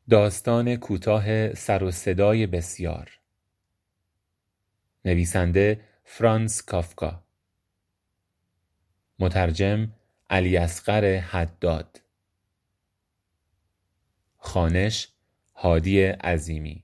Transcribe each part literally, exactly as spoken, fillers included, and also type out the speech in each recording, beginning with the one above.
داستان کوتاه سر و صدای بسیار. نویسنده فرانس کافکا. مترجم علیاصغر حداد. خوانش هادی عظیمی.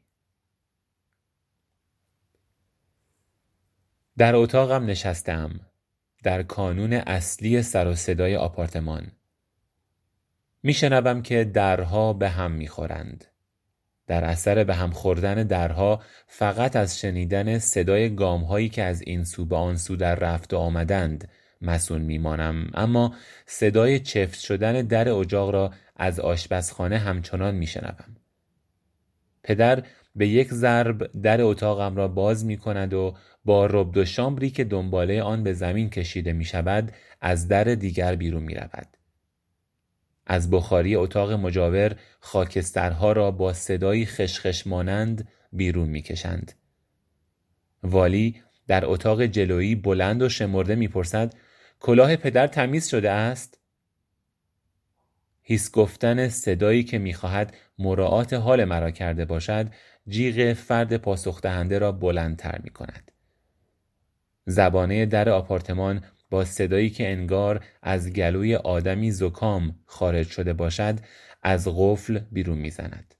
در اتاقم نشستم، در کانون اصلی سر و صدای آپارتمان. میشنوم که درها به هم میخورند. در اثر به هم خوردن درها فقط از شنیدن صدای گامهایی که از این سو به آن سو در رفت و آمدند مسئول میمانم، اما صدای چفت شدن در اجاق را از آشپزخانه همچنان میشنوم. پدر به یک ضرب در اتاقم را باز می کند و با ربد و شامبری که دنباله آن به زمین کشیده می شود از در دیگر بیرون می رود. از بخاری اتاق مجاور خاکسترها را با صدایی خشخش مانند بیرون می کشند. والی در اتاق جلویی بلند و شمرده می پرسد کلاه پدر تمیز شده است؟ هیس گفتن صدایی که می خواهد مراعات حال مرا کرده باشد جیغ فرد پاسخ دهنده را بلندتر می کند. زبانه در آپارتمان با صدایی که انگار از گلوی آدمی زکام خارج شده باشد از قفل بیرون می زند.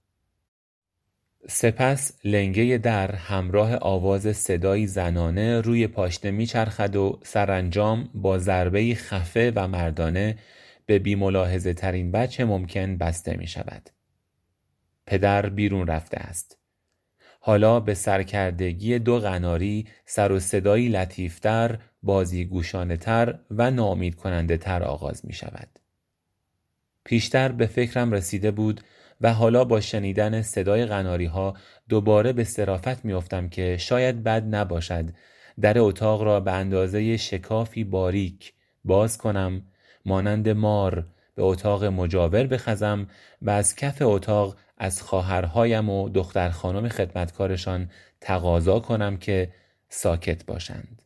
سپس لنگه در همراه آواز صدایی زنانه روی پاشنه می چرخد و سرانجام با ضربه‌ای خفه و مردانه به بی‌ملاحظه ترین وجه ممکن بسته می شود. پدر بیرون رفته است. حالا به سرکردگی دو قناری سر و صدایی لطیفتر، بازیگوشانه تر و ناامید کننده تر آغاز می شود. پیشتر به فکرم رسیده بود و حالا با شنیدن صدای قناری ها دوباره به صرافت می افتم که شاید بد نباشد در اتاق را به اندازه شکافی باریک باز کنم، مانند مار به اتاق مجاور بخزم و از کف اتاق از خواهرهایم و دختر خانم خدمتکارشان تقاضا کنم که ساکت باشند.